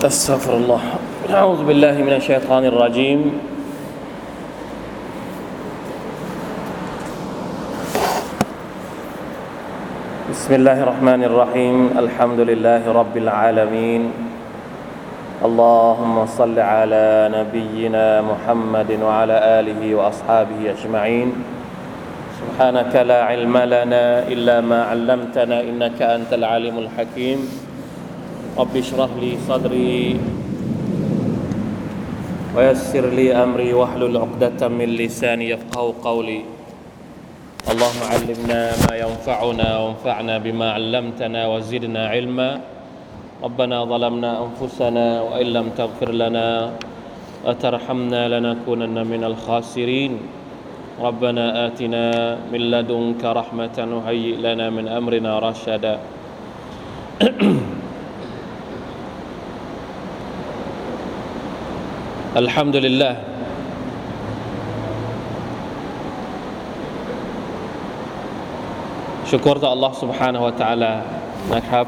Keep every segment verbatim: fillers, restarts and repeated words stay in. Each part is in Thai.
استغفر الله أعوذ بالله من الشيطان الرجيم بسم الله الرحمن الرحيم الحمد لله رب العالمين اللهم صل على نبينا محمد وعلى آله وأصحابه أجمعين سبحانك لا علم لنا إلا ما علمتنا إنك أنت العليم الحكيم رب اشرح لي صدري ويسر لي أمري واحلل عقدة من لساني يفقهوا قولي اللهم علمنا ما ينفعنا وانفعنا بما علمتنا وزدنا علما ربنا ظلمنا أنفسنا وإن لم تغفر لنا وترحمنا لنكونن من الخاسرين ربنا آتنا من لدنك رحمة وهيئ لنا من أمرنا رشدا الحمد للهชุกรต่อ Allah سبحانه และ تعالى นะครับ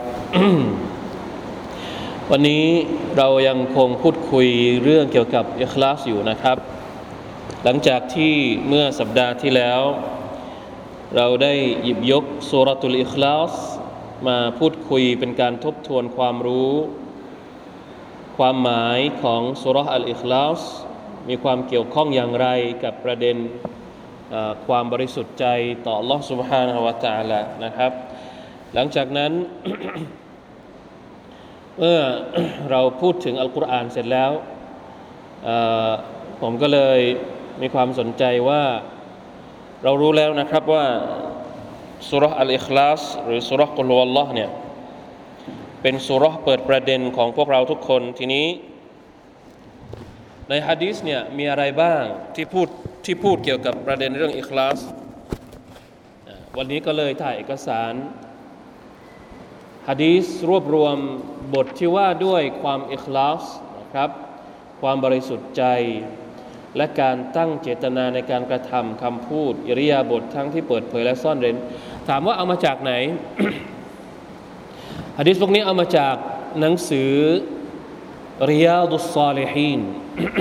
วันนี้เรายังคงพูดคุยเรื่องเกี่ยวกับอิคลาสอยู่นะครับหลังจากที่เมื่อสัปดาห์ที่แล้วเราได้หยิบยกซูเราะตุลอิคลาสมาพูดคุยเป็นการทบทวนความรู้ความหมายของซูเราะห์อัลอิคลาสมีความเกี่ยวข้องอย่างไรกับประเด็นความบริสุทธิ์ใจต่อ Allah سبحانه และ تعالى นะครับหลังจากนั้น เมื่อเราพูดถึงอัลกุรอานเสร็จแล้วผมก็เลยมีความสนใจว่าเรารู้แล้วนะครับว่าซูเราะห์อัลอิคลาสหรือซูเราะห์กุลวัลลอฮ์เนี่ยเป็นซูเราะห์เปิดประเด็นของพวกเราทุกคนทีนี้ในหะดีษเนี่ยมีอะไรบ้างที่พูดที่พูดเกี่ยวกับประเด็นเรื่องอิคลาสวันนี้ก็เลยถ่ายเอกสารหะดีษรวบรวมบทที่ว่าด้วยความอิคลาสนะครับความบริสุทธิ์ใจและการตั้งเจตนาในการกระทำคำพูดอิริยาบถทั้งที่เปิดเผยและซ่อนเร้นถามว่าเอามาจากไหน หะดีษพวกนี้เอามาจากหนังสือริยาดุศศอลิฮีน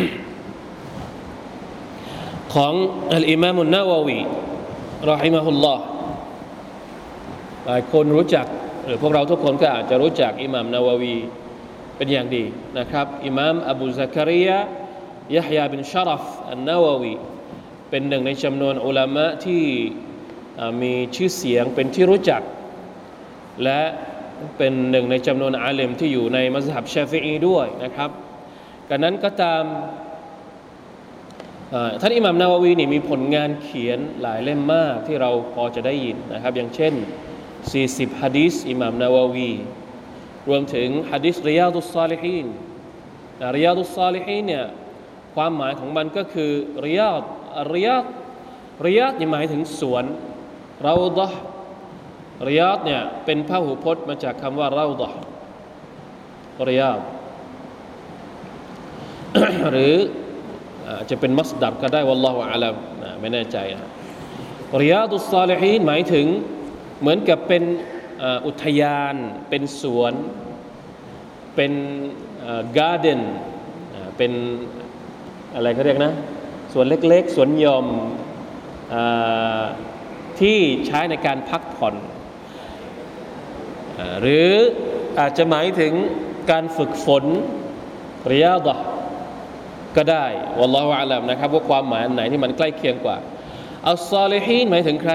ของอัลอิมามอันนะวะวีเราะฮิมะฮุลลอฮ์หลายคนรู้จักหรือพวกเราทุกคนก็อาจจะรู้จักอิหม่ามนะวะวีเป็นอย่างดีนะครับอิหม่ามอบูซักริยะยะฮยาบินชะรัฟอันนะวะวีเป็นหนึ่งในจำนวนอุลามะที่มีชื่อเสียงเป็นที่รู้จักและเป็นหนึ่งในจำนวนอาลิมที่อยู่ในมัซฮับชาฟิอีด้วยนะครับกันนั้นก็ตามท่านอิหม่ามนะวะวีนี่มีผลงานเขียนหลายเล่มมากที่เราพอจะได้ยินนะครับอย่างเช่นสี่สิบหะดีษอิหม่ามนะวะวีรวมถึงหะดีษริยาดุศศอลิฮีนริยาดุศศอลิฮีนเนี่ยความหมายของมันก็คือริยาดริยาดริยาดหมายถึงสวนเราฎอฮ์ริยาดเนี่ยเป็นพหูพจน์มาจากคำว่าเราฎอฮ์ริยาด หรือจะเป็นมัสดัรก็ได้วัลลอฮุอะลัมไม่แน่ใจนะริยาดุศศอลิฮีนหมายถึงเหมือนกับเป็นอุทยานเป็นสวนเป็นการ์เดนเป็นอะไรเขาเรียกนะสวนเล็กๆสวนหย่อมที่ใช้ในการพักผ่อนหรืออาจจะหมายถึงการฝึกฝนริยาฎะห์ก็ได้วัลลอฮุอะลัมนะครับว่าความหมายอันไหนที่มันใกล้เคียงกว่าอัลศอลิฮีนหมายถึงใคร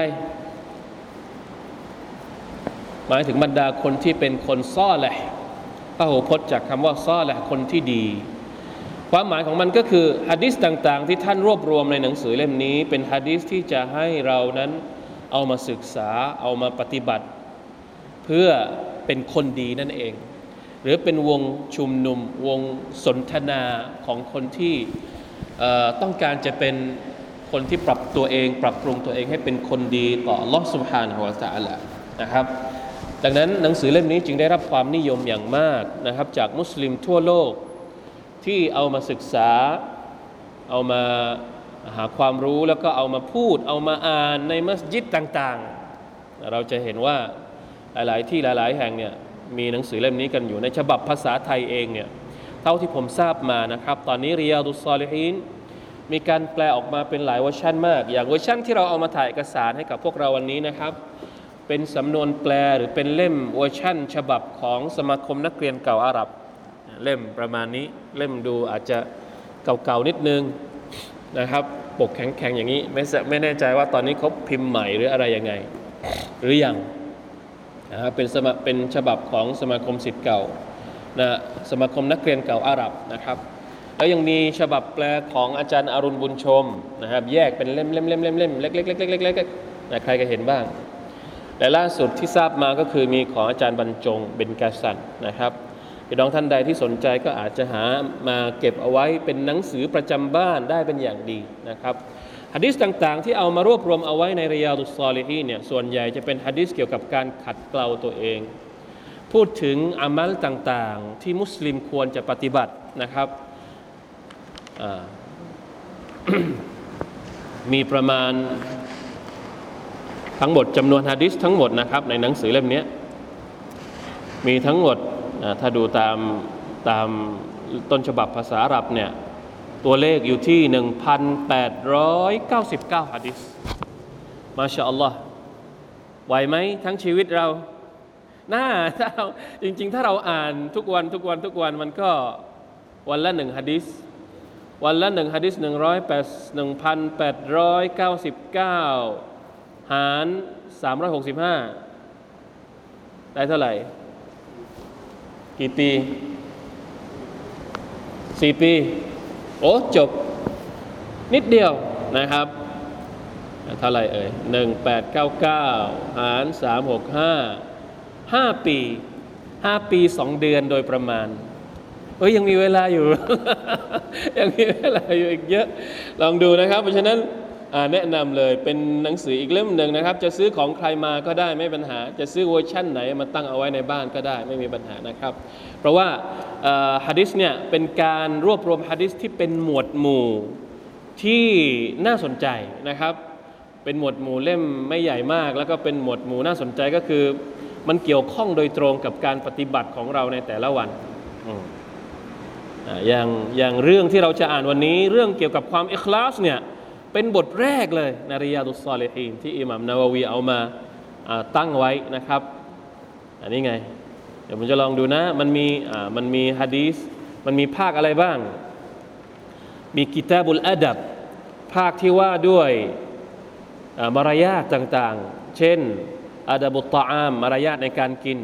หมายถึงบรรดาคนที่เป็นคนซอลิห์พหูพจน์จากคำว่าซอลิห์คนที่ดีความหมายของมันก็คือหะดีษต่างๆที่ท่านรวบรวมในหนังสือเล่มนี้เป็นหะดีษที่จะให้เรานั้นเอามาศึกษาเอามาปฏิบัติเพื่อเป็นคนดีนั่นเองหรือเป็นวงชุมนุมวงสนทนาของคนที่ต้องการจะเป็นคนที่ปรับตัวเองปรับปรุงตัวเองให้เป็นคนดีต่ออัลเลาะห์ซุบฮานะฮูวะตะอาลานะครับดังนั้นหนังสือเล่มนี้จึงได้รับความนิยมอย่างมากนะครับจากมุสลิมทั่วโลกที่เอามาศึกษาเอามาหาความรู้แล้วก็เอามาพูดเอามาอ่านในมัสยิดต่างๆเราจะเห็นว่าหลายๆที่หลายๆแห่งเนี่ย มีหนังสือเล่มนี้กันอยู่ในฉบับภาษาไทยเองเนี่ยเท่าที่ผมทราบมานะครับตอนนี้ริยาดุสซอลิฮีนมีการแปลออกมาเป็นหลายเวอร์ชันมากอย่างเวอร์ชันที่เราเอามาถ่ายเอกสารให้กับพวกเราวันนี้นะครับเป็นสำนวนแปลหรือเป็นเล่มเวอร์ชันฉบับของสมาคมนักเรียนเก่าอาหรับเล่มประมาณนี้เล่มดูอาจจะเก่าๆนิดนึงนะครับปกแข็งๆอย่างนี้ไม่ไม่แน่ใจว่าตอนนี้เขาพิมพ์ใหม่หรืออะไรยังไงหรือยังนะครับเป็นสมาเป็นฉบับของสมาคมศิษย์เก่านะสมาคมนักเรียนเก่าอาหรับนะครับแล้วยังมีฉบับแปลของอาจารย์อรุณบุญชมนะครับแยกเป็นเล่มเล่มเล่มเล่มเล่มเล็กเล็กเล็กเล็กเล็กเล็กนะใครก็เห็นบ้างและล่าสุดที่ทราบมาก็คือมีของอาจารย์บรรจงเบญกาสันนะครับพี่น้องท่านใดที่สนใจก็อาจจะหามาเก็บเอาไว้เป็นหนังสือประจำบ้านได้เป็นอย่างดีนะครับหะดีษต่างๆที่เอามารวบรวมเอาไว้ในริยาดุสซอลิฮีนเนี่ยส่วนใหญ่จะเป็นหะดีษเกี่ยวกับการขัดเกลาตัวเองพูดถึงอามัลต่างๆที่มุสลิมควรจะปฏิบัตินะครับ มีประมาณทั้งหมดจำนวนหะดีษทั้งหมดนะครับในหนังสือเล่มนี้มีทั้งหมดถ้าดูตามตามต้นฉบับภาษาอาหรับเนี่ยตัวเลขอยู่ที่ หนึ่งพันแปดร้อยเก้าสิบเก้า หะดีษมาชาอัลลอฮ์ไหวไหมทั้งชีวิตเราน่าถ้าเราจริงๆถ้าเราอ่านทุกวันทุกวันทุกวันมันก็วันละหนึ่งหะดีษวันละหนึ่งหะดีษหนึ่งร้อยแปดหนึ่งพันแปดร้อยเก้าสิบเก้าหารสามร้อยหกสิบห้าได้เท่าไหร่กี่ปีสี่ปีโอ้จบนิดเดียวนะครับเท่าไหร่เอ่ยหนึ่งแปดเก้าเก้าหารสามหกห้าห้าปีห้าปีสองเดือนโดยประมาณเอ้ยยังมีเวลาอยู่ ยังมีเวลาอยู่อีกเยอะลองดูนะครับเพราะฉะนั้นแนะนำเลยเป็นหนังสืออีกเล่มหนึ่งนะครับจะซื้อของใครมาก็ได้ไม่มีปัญหาจะซื้อเวอร์ชั่นไหนมาตั้งเอาไว้ในบ้านก็ได้ไม่มีปัญหานะครับเพราะว่าหะดีษเนี่ยเป็นการรวบรวมหะดีษที่เป็นหมวดหมู่ที่น่าสนใจนะครับเป็นหมวดหมู่เล่มไม่ใหญ่มากแล้วก็เป็นหมวดหมู่น่าสนใจก็คือมันเกี่ยวข้องโดยตรงกับการปฏิบัติของเราในแต่ละวันอย่างอย่างเรื่องที่เราจะอ่านวันนี้เรื่องเกี่ยวกับความอิคลาสเนี่ยเป็นบทแรกเลยในริยาดุสซอลิฮีนที่อิหม่ามนาวยวีเอามาตั้งไว้นะครับอันนี้ไงเดี๋ยวผมจะลองดูนะมันมีมันมีหะดีษมันมีภาคอะไรบ้างมีกิตาบุลอะดับภาคที่ว่าด้วยมารยาทต่างๆเช่นอะดับุตตะอามมารยาทในการกิน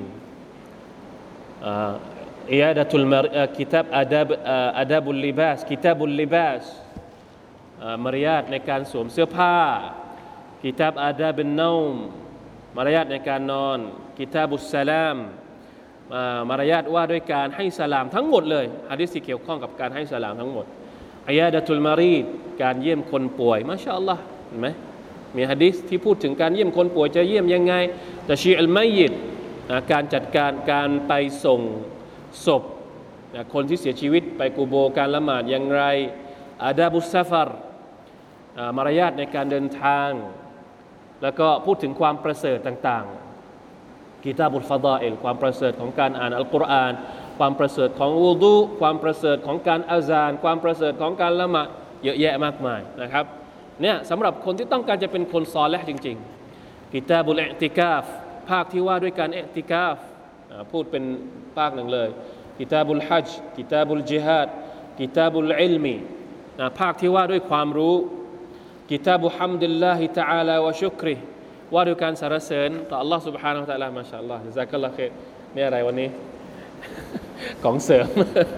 อิยาดะตุลกิตาบอะดับอะดับุลลิบาสกิตาบุลลิบาสมารยาทในการสวมเสื้อผ้ากิตาบอาดาบินนอมมารยาทในการนอนกิตาบุสสลามมารยาทว่าด้วยการให้สลามทั้งหมดเลยหะดีษที่เกี่ยวข้องกับการให้สลามทั้งหมดอิยาดะตุลมารีดการเยี่ยมคนป่วยมาชาอัลลอฮ์เห็นไหมมีหะดีษที่พูดถึงการเยี่ยมคนป่วยจะเยี่ยมยังไงตะชีอัลมัยยิตการจัดการการไปส่งศพคนที่เสียชีวิตไปกุโบร์การละหมาดอย่างไรอาดาบุสซาฟารมารยาทในการเดินทางแล้วก็พูดถึงความประเสริฐต่างๆกิตาบุลฟะฎออิลความประเสริฐของการอ่านอัลกุรอานความประเสริฐของวุดูความประเสริฐของการอาซานความประเสริฐของการละหมาดเยอะแยะมากมายนะครับเนี่ยสำหรับคนที่ต้องการจะเป็นคนซอลิห์จริงๆกิตาบุลอิอติกาฟภาคที่ว่าด้วยการอิอติกาฟพูดเป็นภาคหนึ่งเลยกิตาบุลฮัจญ์กิตาบุลญิฮาดกิตาบุลอิลมีภาคที่ว่าด้วยความรู้กิตาบุฮัมดุลิลลาฮิตะอาลาวะชุกริว่าด้วยการสรรเสริญต่อ Allah سبحانه และ تعالى มาชาอัลลอฮ์ญะซากัลลอฮุค็ยรนี่อะไรวันนี้ ของเสริม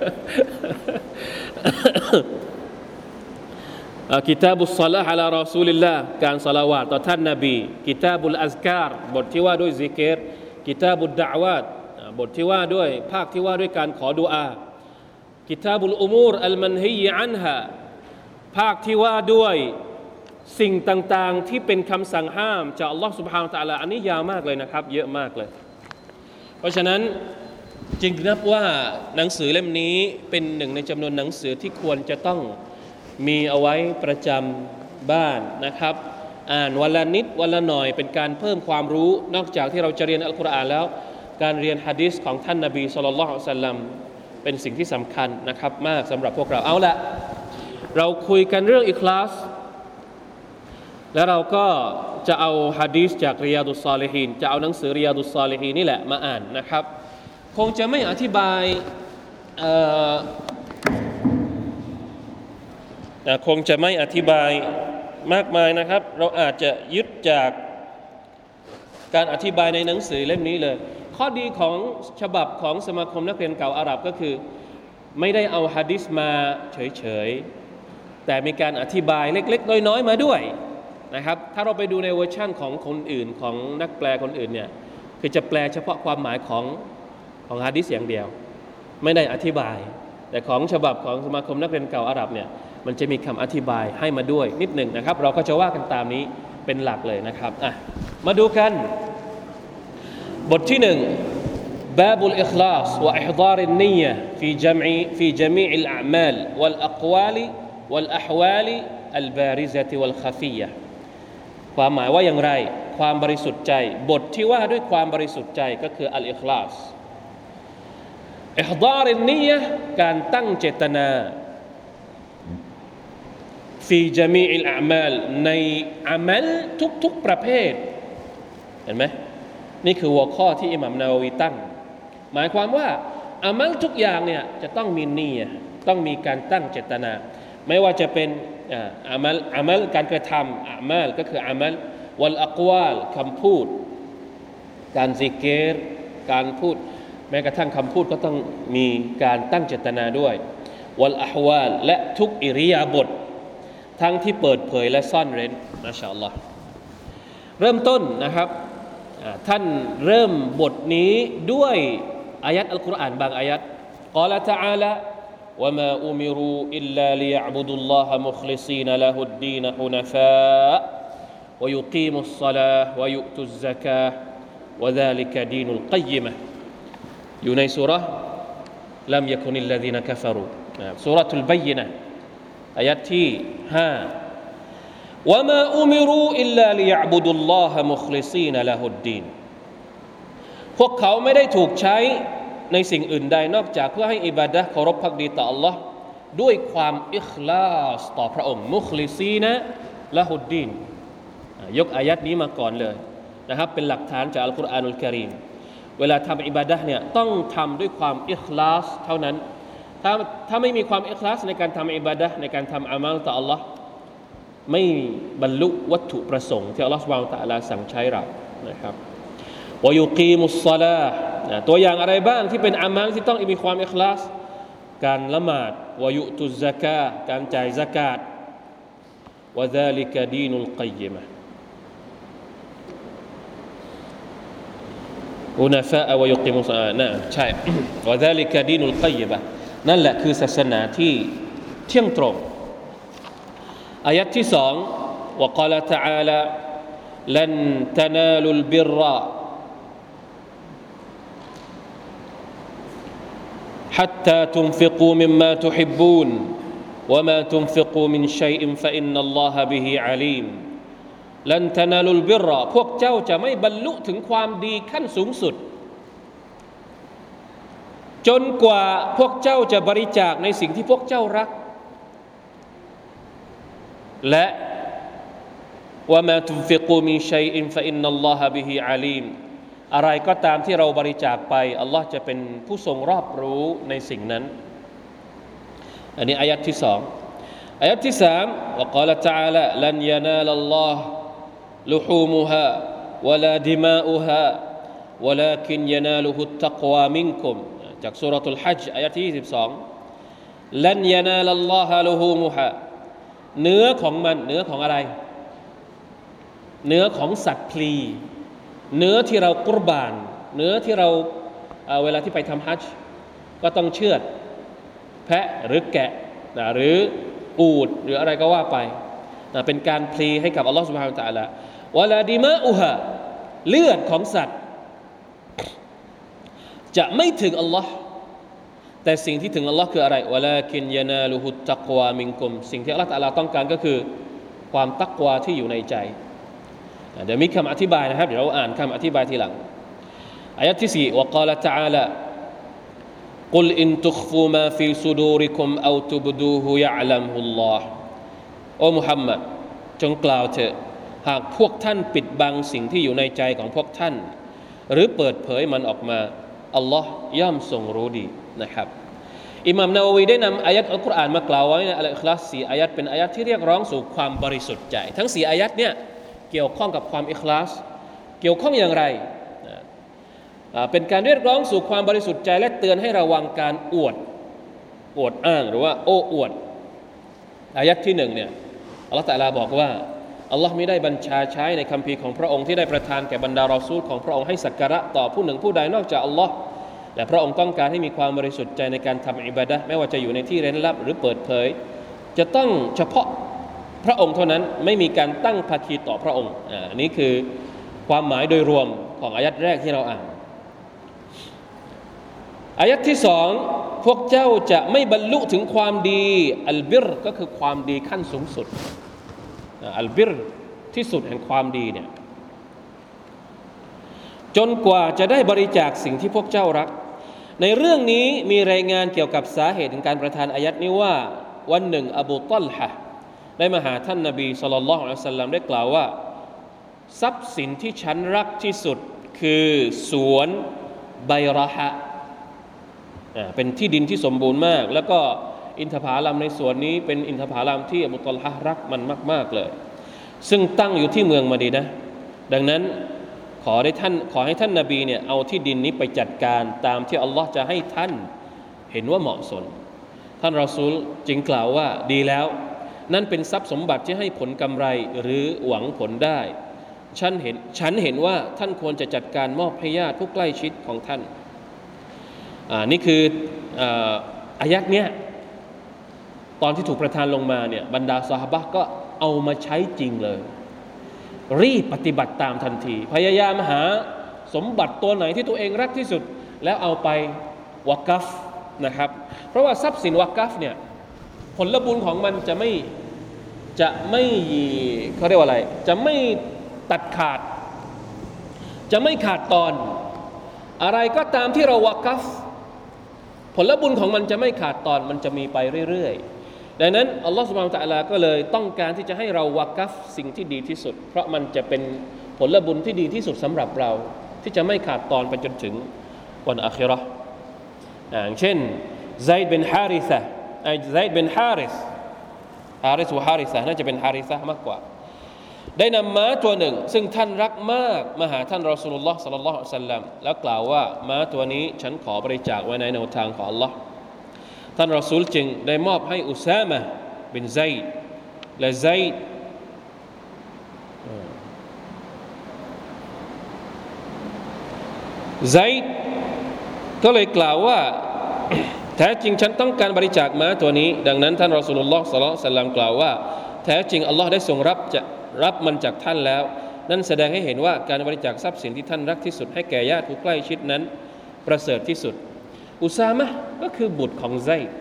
กิตาบุศศอลาฮ์อะลารอซูลิลลาห์การศอลาวาตต่อท่านนบีกิตาบุลอัซการบทที่ว่าด้วยซิกรกิตาบุดดะอวาตบทที่ว่าด้วยภาคที่ว่าด้วยการขอดุอากิตาบุลอุมูรอัลมันฮียะอันฮาภาคที่ว่าด้วยสิ่งต่างๆที่เป็นคำสั่งห้ามจากอัลลอฮฺ سبحانه และ تعالى อันนี้ยาวมากเลยนะครับเยอะมากเลยเพราะฉะนั้นจึงนับว่าหนังสือเล่มนี้เป็นหนึ่งในจำนวนหนังสือที่ควรจะต้องมีเอาไว้ประจำบ้านนะครับอ่านวันละนิดวันละหน่อยเป็นการเพิ่มความรู้นอกจากที่เราจะเรียนอัลกุรอานแล้วการเรียนหะดีษของท่านนบีศ็อลลัลลอฮุอะลัยฮิวะซัลลัมเป็นสิ่งที่สำคัญนะครับมากสำหรับพวกเราเอาละเราคุยกันเรื่องอิคลาสแล้วเราก็จะเอาหะดีษจากริยาดุสซอลิฮีนจะเอาหนังสือริยาดุสซอลิฮีนนี่แหละมาอ่านนะครับคงจะไม่อธิบายเอ่อคงจะไม่อธิบายมากมายนะครับเราอาจจะยึดจากการอธิบายในหนังสือเล่มนี้เลยข้อดีของฉบับของสมาคมนักเรียนเก่าอาหรับก็คือไม่ได้เอาหะดีษมาเฉยๆแต่มีการอธิบายเล็กๆน้อยๆมาด้วยนะครับถ้าเราไปดูในเวอร์ชั่นของคนอื่นของนักแปลคนอื่นเนี่ยคือจะแปลเฉพาะความหมายของของหะดีษอย่างเดียวไม่ได้อธิบายแต่ของฉบับของสมาคมนักเรียนเก่าอาหรับเนี่ยมันจะมีคำอธิบายให้มาด้วยนิดหนึ่งนะครับเราก็จะว่ากันตามนี้เป็นหลักเลยนะครับอ่ะมาดูกันบทที่หนึ่ง باب الإخلاص وإحضار النية في جمع في جميع الأعمال والأقوال والأحوال البارزة والخفية ความหมายว่าอย่างไรความบริสุทธิ์ใจบทที่ว่าด้วยความบริสุทธิ์ใจก็คืออัลอิคลาสอิฮฎารินนียะห์การตั้งเจตนาฟีจามีอิลอามัลในอามัลทุกๆประเภทเห็นไหมนี่คือหัวข้อที่อิหม่ามนาวีตั้งหมายความว่าอามัลทุกอย่างเนี่ยจะต้องมีนียะห์ต้องมีการตั้งเจตนาไม่ว่าจะเป็นอามัลอามัลการกระทำอามัลก็คืออามัลวัลอักวาลคำพูดการซิกรการพูดแม้กระทั่งคำพูดก็ต้องมีการตั้งเจตนาด้วยวัลอะฮวาลและทุกอิริยาบถทั้งที่เปิดเผยและซ่อนเร้นมาชาอัลลอฮ์เริ่มต้นนะครับท่านเริ่มบทนี้ด้วยอายัดอัลกุรอานบางอายัดกล่าวตะอาลาوما أمروا إلا ليعبدوا الله مخلصين له الدين حنفاء ويقيموا الصلاة ويؤتوا الزكاة وذلك دين القيمة อยู่ในซูเราะห์ لم يكن الذين كفروا ซูเราะตุลบัยนะห์อายัดที่ห้า وما أمروا إلا ليعبدوا الله مخلصين له الدين พวกเขาไม่ได้ถูกใช้ในสิ่งอื่นใดนอกจากเพื่อให้อิบาดะห์เคารพภักดีต่อ Allah ด้วยความอิคลาสต่อพระองค์มุคลิซีนะละฮุดดีนยกอายัดนี้มาก่อนเลยนะครับเป็นหลักฐานจากอัลกุรอานุลกะรีมเวลาทำอิบาดะห์เนี่ยต้องทำด้วยความอิคลาสเท่านั้นถ้าถ้าไม่มีความอิคลาสในการทำอิบาดะห์ในการทำอามัลต่อ Allah ไม่บรรลุวัตถุประสงค์ที่ Allah ซุบฮานะฮูวะตะอาลาสั่งใช้เรานะครับวะยุกีมุสศอลาห์ตัวอย่างอะไรบ้างที่เป็นอามัลที่ต้องมีความอิคลาสการละหมาดวะยุตุซะกาห์การจ่ายซะกาตวะซาลิกะดีนุลกัยมะห์อุนฟะวะยุกีมุสศอลาห์นะใช่วะซาลิกะดีนุลกัยมะห์นั่นแหละคือศาสนาที่เที่ยงตรงอายัดที่สองวะกาลตะอาลาลันตะนาลุลบิรร حتى تنفقوا مما تحبون وما تنفقوا من شيء فإن الله به عليم لن تنالوا البر พวกเจ้าจะไม่บรรลุถึงความดีขั้นสูงสุดจนกว่าพวกเจ้าจะบริจาคในสิ่งที่พวกเจ้ารักและ وما تنفقوا من شيء فإن الله به عليمอะไรก็ตามที่เราบริจาคไปอัลลอฮ์จะเป็นผู้ทรงรอบรู้ในสิ่งนั้นอันนี้อายัดที่สองอายัดที่สามวะกาละตะอาลาลันยะนาลัลลอฮ์ลุฮูมุฮาวะลาดิมาอุฮาวะลาคินยะนาลุฮุตตักวามินกุมจากซูเราะตุลฮัจญ์อายัดที่ยี่สิบสองลันยะนาลัลลอฮะลุฮูมุฮาเนื้อของมันเนื้อของอะไรเนื้อของสัตว์พลีเนื้อที่เรากุรบานเนื้อที่เราเวลาที่ไปทำฮัจญ์ก็ต้องเชือดแพะหรือแกะหรืออูฐหรืออะไรก็ว่าไปเป็นการพลีให้กับอัลลอฮฺ ซุบฮานะฮูวะตะอาลาวะลาดิมาอุฮาเลือดของสัตว์จะไม่ถึงอัลลอฮ์แต่สิ่งที่ถึงอัลลอฮ์คืออะไรวะลาคินยะนาลุฮุตตักวามินกุมสิ่งที่อัลลอฮ์ตะอาลาต้องการก็คือความตักวาที่อยู่ในใจเดี๋ยวมีคำอธิบายนะครับเดี๋ยวเราอ่านคำอธิบายทีหลังอายะที่สี่วะกาละตะอาลากุลอินตุคฟูมาฟีซุดูริกุมเอาตุบดูฮุยะอ์ลัมฮุลลอฮ์โอ้มุฮัมมัดจงกล่าวเถิดหากพวกท่านปิดบังสิ่งที่อยู่ในใจของพวกท่านหรือเปิดเผยมันออกมาอัลลอฮ์ย่อมทรงรู้ดีนะครับอิหม่ามนาวีได้นำอายัดอัลกุรอานมากล่าวไว้ในอัลอิคลาสสี่อายัดเป็นอายัดที่เรียกร้องสู่ความบริสุทธิ์ใจทั้งสี่อายัดเนี่ยเกี่ยวข้องกับความอิคลาสเกี่ยวข้องอย่างไรเป็นการเรียกร้องสู่ความบริสุทธิ์ใจและเตือนให้ระวังการอวดอวดอ้างหรือว่าโอ้อวดอายัดที่หนึ่งเนี่ยอัลลอฮฺตะอาลาบอกว่าอัลลอฮ์มิได้บัญชาใช้ในคัมภีร์ของพระองค์ที่ได้ประทานแก่บรรดารอซูลของพระองค์ให้สักการะต่อผู้หนึ่งผู้ใดนอกจากอัลลอฮ์และพระองค์ต้องการให้มีความบริสุทธิ์ใจในการทำอิบาดะห์ไม่ว่าจะอยู่ในที่เร้นลับหรือเปิดเผยจะต้องเฉพาะพระองค์เท่านั้นไม่มีการตั้งภาคีต่อพระองค์อ่านี่คือความหมายโดยรวมของอายัดแรกที่เราอ่านอายัดที่สองพวกเจ้าจะไม่บรรลุถึงความดีอัลบิรก็คือความดีขั้นสูงสุดอัลบิรที่สุดแห่งความดีเนี่ยจนกว่าจะได้บริจาคสิ่งที่พวกเจ้ารักในเรื่องนี้มีรายงานเกี่ยวกับสาเหตุของการประทานอายัดนี้ว่าวันหนึ่งอบูตัลฮะได้มาหาท่านนบีศ็อลลัลลอฮุอะลัยฮิวะซัลลัมได้กล่าวว่าทรัพย์สินที่ฉันรักที่สุดคือสวนไบเราะฮะเป็นที่ดินที่สมบูรณ์มากแล้วก็อินทผลัมในสวนนี้เป็นอินทผลัมที่อบูตัลฮะรักมันมากๆเลยซึ่งตั้งอยู่ที่เมืองมะดีนะห์ดังนั้นขอได้ท่านขอให้ท่านนบีเนี่ยเอาที่ดินนี้ไปจัดการตามที่อัลลอฮ์จะให้ท่านเห็นว่าเหมาะสมท่านรอซูลจึงกล่าวว่าดีแล้วนั่นเป็นทรัพย์สมบัติที่ให้ผลกำไรหรือหวังผลได้ฉันเห็นฉันเห็นว่าท่านควรจะจัดการมอบให้ญาติผู้ใกล้ชิดของท่านอ่านี่คืออ่าอายัดเนี้ยตอนที่ถูกประทานลงมาเนี่ยบรรดาซอฮาบะห์ก็เอามาใช้จริงเลยรีบปฏิบัติตามทันทีพยายามหาสมบัติตัวไหนที่ตัวเองรักที่สุดแล้วเอาไปวะกัฟนะครับเพราะว่าทรัพย์สินวะกัฟเนี่ยผลบุญของมันจะไม่จะไม่เขาเรียกว่าอะไรจะไม่ตัดขาดจะไม่ขาดตอนอะไรก็ตามที่เราวะกัฟผลบุญของมันจะไม่ขาดตอนมันจะมีไปเรื่อยๆดังนั้นอัลลอฮฺซุบฮานะฮูวะตะอาลาก็เลยต้องการที่จะให้เราวะกัฟสิ่งที่ดีที่สุดเพราะมันจะเป็นผลบุญที่ดีที่สุดสำหรับเราที่จะไม่ขาดตอนไปจนถึงวันอาคิเราะห์อย่างเช่นไซด์บินฮาริซะห์ไอ้ไซด์บินฮาริสฮาริสวะฮาริซะห์น่าจะเป็นฮาริซะห์มากกว่าได้นำม้าตัวหนึ่งซึ่งท่านรักมากมาหาท่านรอซูลุลลอฮ์ศ็อลลัลลอฮุอะลัยฮิวะซัลลัมแล้วกล่าวว่าม้าตัวนี้ฉันขอบริจาคไว้ในแนวทางของอัลลอฮ์ท่านรอซูลจึงได้มอบให้อุซามะห์บินไซด์และไซด์ไซด์ก็เลยกล่าวว่าแท้จริงฉันต้องการบริจาคม้าตัวนี้ดังนั้นท่านรอซูลุลลอฮ์ศ็อลลัลลอฮุอะลัยฮิวะซัลลัมกล่าวว่าแท้จริงอัลลอฮ์ได้ทรงรับจะรับมันจากท่านแล้วนั่นแสดงให้เห็นว่าการบริจาคทรัพย์สินที่ท่านรักที่สุดให้แก่ญาติผู้ใกล้ชิดนั้นประเสริฐที่สุดอุซามะห์ก็คือบุตรของไซด์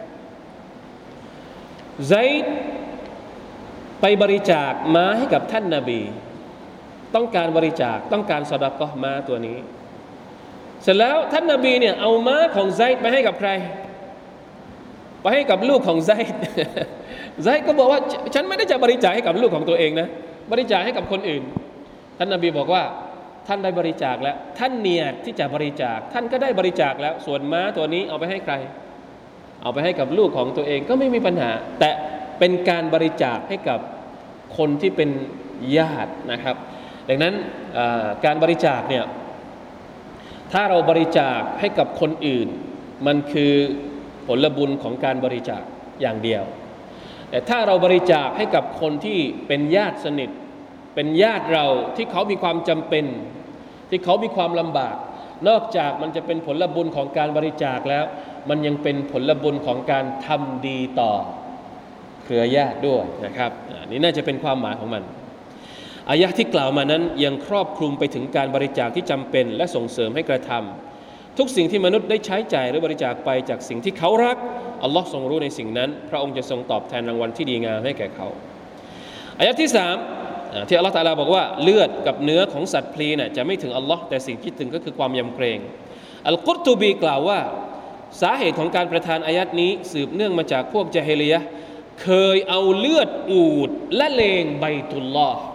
ไซด์ไปบริจาคม้าให้กับท่านนบีต้องการบริจาคต้องการซอดาเกาะห์ม้าตัวนี้เสร็จแล้วท่านนบีเนี่ยเอาม้าของไซด์ไปให้กับใครไปให้กับลูกของไซด์ไซด์ก็บอกว่าฉันไม่ได้จะบริจาคให้กับลูกของตัวเองนะบริจาคให้กับคนอื่นท่านนบีบอกว่าท่านได้บริจาคแล้วท่านเนียดที่จะบริจาคท่านก็ได้บริจาคแล้วส่วนม้าตัวนี้เอาไปให้ใครเอาไปให้กับลูกของตัวเองก็ไม่มีปัญหาแต่เป็นการบริจาคให้กับคนที่เป็นญาตินะครับดังนั้นการบริจาคเนี่ยถ้าเราบริจาคให้กับคนอื่นมันคือผลบุญของการบริจาคอย่างเดียวแต่ถ้าเราบริจาคให้กับคนที่เป็นญาติสนิทเป็นญาติเราที่เขามีความจำเป็นที่เขามีความลำบากนอกจากมันจะเป็นผลบุญของการบริจาคแล้วมันยังเป็นผลบุญของการทำดีต่อเครือญาติด้วยนะครับนี่น่าจะเป็นความหมายของมันอายะห์ที่กล่าวมานั้นยังครอบคลุมไปถึงการบริจาคที่จำเป็นและส่งเสริมให้กระทำทุกสิ่งที่มนุษย์ได้ใช้จ่ายหรือบริจาคไปจากสิ่งที่เขารักอัลลอฮ์ทรงรู้ในสิ่งนั้นพระองค์จะทรงตอบแทนรางวัลที่ดีงามให้แก่เขาอายะห์ที่สามที่อัลลอฮ์ตะอาลาบอกว่าเลือดกับเนื้อของสัตว์พลีน่ะจะไม่ถึงอัลลอฮ์แต่สิ่งที่ถึงก็คือความยำเกรงอัลกุรตุบีกล่าวว่าสาเหตุของการประทานอายัดนี้สืบเนื่องมาจากพวกญะฮิลิยะห์เคยเอาเลือดอูฐละเลงไบตุลลอฮ์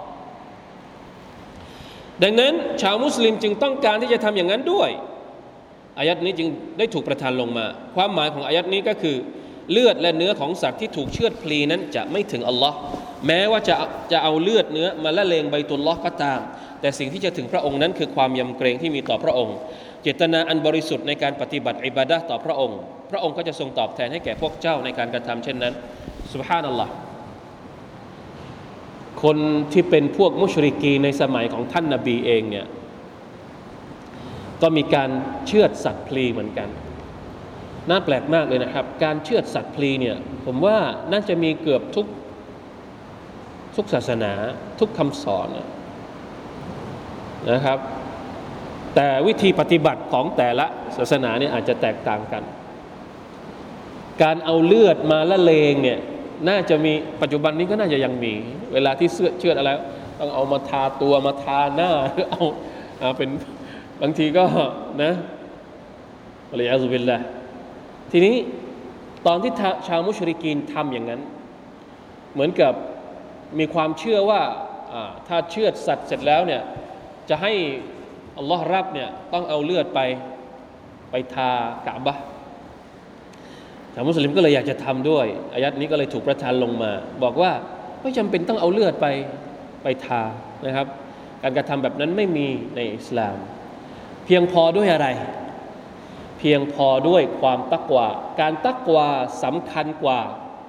ดังนั้นชาวมุสลิมจึงต้องการที่จะทำอย่างนั้นด้วยอายัดนี้จึงได้ถูกประทานลงมาความหมายของอายัดนี้ก็คือเลือดและเนื้อของสัตว์ที่ถูกเชือดพลีนั้นจะไม่ถึงอัลลอฮ์แม้ว่าจะจะเอาเลือดเนื้อมาละเลงไบตุลลอฮ์ก็ตามแต่สิ่งที่จะถึงพระองค์นั้นคือความยำเกรงที่มีต่อพระองค์เจตนาอันบริสุทธิ์ในการปฏิบัติอิบาดะห์ต่อพระองค์พระองค์ก็จะทรงตอบแทนให้แก่พวกเจ้าในการกระทำเช่นนั้นซุบฮานัลลอฮ์คนที่เป็นพวกมุชริกีในสมัยของท่านนบีเองเนี่ยก็มีการเชือดสัตว์พลีเหมือนกันน่าแปลกมากเลยนะครับการเชือดสัตว์พลีเนี่ยผมว่าน่าจะมีเกือบทุกทุกศาสนาทุกคำสอนนะครับแต่วิธีปฏิบัติของแต่ละศาสนาเนี่ยอาจจะแตกต่างกันการเอาเลือดมาละเลงเนี่ยน่าจะมีปัจจุบันนี้ก็น่าจะยังมีเวลาที่เสื้อเชือดอะไรต้องเอามาทาตัวมาทาหน้าหรือเอาเอาเป็นบางทีก็นะอะลัยฮิซุบิลลาห์ทีนี้ตอนที่ชาวมุชริกีนทำอย่างนั้นเหมือนกับมีความเชื่อว่าถ้าเชือดสัตว์เสร็จแล้วเนี่ยจะให้อัลลอฮ์รับเนี่ยต้องเอาเลือดไปไปทากะบะห์ชาวมุสลิมก็เลยอยากจะทำด้วยอายัดนี้ก็เลยถูกประทานลงมาบอกว่าไม่จำเป็นต้องเอาเลือดไปไปทานะครับการกระทำแบบนั้นไม่มีในอิสลามเพียงพอด้วยอะไรเพียงพอด้วยความตักวาการตักวาสำคัญกว่า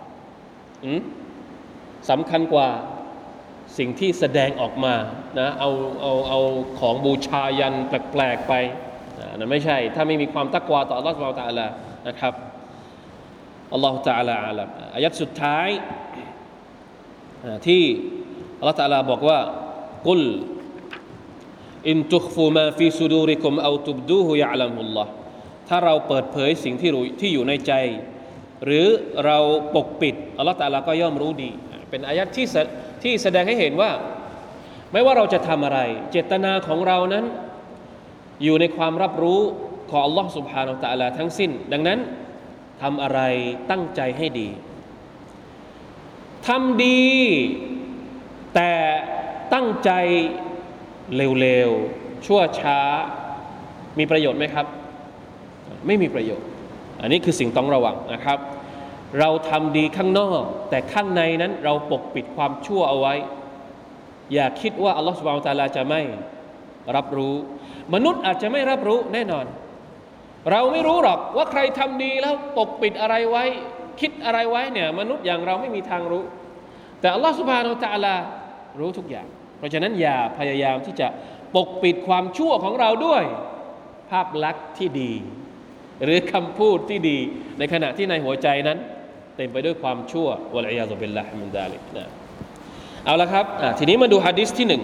สำคัญกว่าสิ่งที่แสดงออกมานะเอาเอาเอาของบูชายันแปลกๆไปนั่นไม่ใช่ถ้าไม่มีความตักวาต่ออัลลอฮฺซุบฮานะฮูวะตะอาลานะครับอัลลอฮฺตะอาลาอาลัมอายัดสุดท้ายที่อัลลอฮฺตะอาลาบอกว่ากุลอินตุคฟูมาฟีซุดูริกุมเอาตุบดูฮุยะอ์ลัมุลลอฮ์ถ้าเราเปิดเผยสิ่งที่รู้ที่อยู่ในใจหรือเราปกปิดอัลลอฮฺตะอาลาก็ย่อมรู้ดีเป็นอายัดที่ที่แสดงให้เห็นว่าไม่ว่าเราจะทำอะไรเจตนาของเรานั้นอยู่ในความรับรู้ของอัลลอฮฺซุบฮานะฮูวะตะอาลาทั้งสิ้นดังนั้นทำอะไรตั้งใจให้ดีทำดีแต่ตั้งใจเร็วๆชั่วช้ามีประโยชน์ไหมครับไม่มีประโยชน์อันนี้คือสิ่งต้องระวังนะครับเราทำดีข้างนอกแต่ข้างในนั้นเราปกปิดความชั่วเอาไว้อย่าคิดว่าอัลลอฮฺซุบฮานะฮูวะตะอาลาจะไม่รับรู้มนุษย์อาจจะไม่รับรู้แน่นอนเราไม่รู้หรอกว่าใครทำดีแล้วปกปิดอะไรไว้คิดอะไรไว้เนี่ยมนุษย์อย่างเราไม่มีทางรู้แต่อัลลอฮฺซุบฮานะฮูวะตะอาลารู้ทุกอย่างเพราะฉะนั้นอย่าพยายามที่จะปกปิดความชั่วของเราด้วยภาพลักษณ์ที่ดีหรือคำพูดที่ดีในขณะที่ในหัวใจนั้นเต็มไปด้วยความชั่ววะลัยยาซุบิลลาฮิมินซาลิกนะเอาละครับทีนี้มาดูหะดีษที่หนึ่ง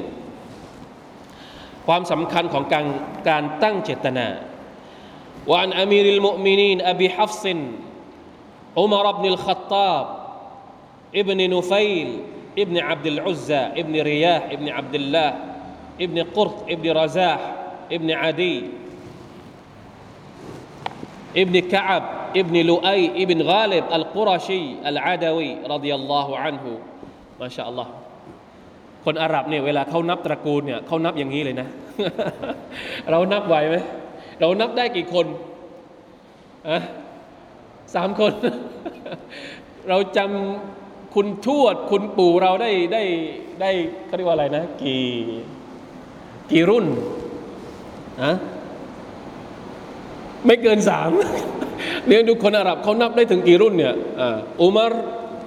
ความสำคัญของการการตั้งเจตนาوعن أمير المؤمنين أبي حفص عمر بن الخطاب ابن نفيل ابن عبد العزى ابن رياح ابن عبد الله ابن قرط ابن رزاح ابن عدي ابن كعب ابن لؤي ابن غالب القرشي العدوي رضي الله عنه ما شاء الله คนอาหรับเนี่ยเวลาเขานับตระกูลเนี่ยเขานับอย่างนี้เลยนะ เรานับไหวไหมเรานับได้กี่คนอะสามคน เราจำคุณทวดคุณปู่เราได้ได้ได้เขาเรียกว่าอะไรนะกี่กี่รุ่นอะไม่เกินสาม เนี่ยดูคนอาหรับเขานับได้ถึงกี่รุ่นเนี่ยอ่าอุมัร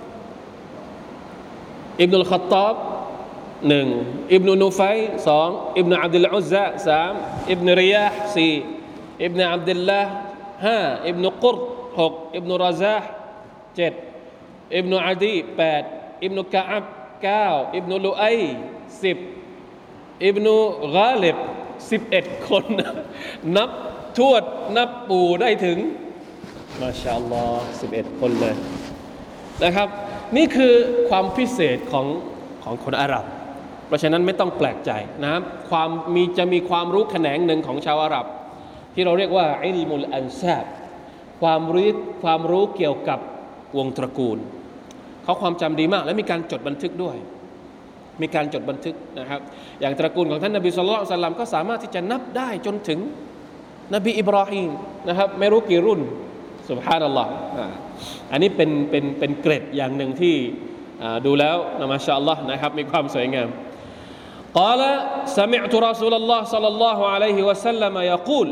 อิบนุลค็อฏฏอบหนึ่งอิบนุนูไฟสองอิบนุอับดุลอุซซะสามอิบนุริยาห์สี่อิบนุอับดุลลาห์ห้าอิบนุกุรหกอิบนุรซาห์เจ็ดอิบนุอาดีแปดอิบนุกะอับเก้าอิบนุลุอัยสิบอิบนุกาลิบสิบเอ็ดคนนับทวดนับปู่ได้ถึงมาชาอัลลอฮ์สิบเอ็ดคนเลยนะครับนี่คือความพิเศษของของคนอาหรับเพราะฉะนั้นไม่ต้องแปลกใจนะครับความมีจะมีความรู้แขนงหนึ่งของชาวอาหรับที่เราเรียกว่าอิลมุลอันซาบความรู้ความรู้เกี่ยวกับวงตระกูลเขาความจำดีมากและมีการจดบันทึกด้วยมีการจดบันทึกนะครับอย่างตระกูลของท่านนบีศ็อลลัลลอฮุอะลัยฮิวะซัลลัมก็สามารถที่จะนับได้จนถึงนบีอิบราฮีมนะครับไม่รู้กี่รุ่นซุบฮานัลลอฮ์อันนี้เป็นเป็นเป็นเกร็ดอย่างหนึ่งที่ดูแล้วนะมาชาอัลลอฮ์นะครับมีความสวยงามقال سمعت رسول الله صلى الله عليه وسلم يقول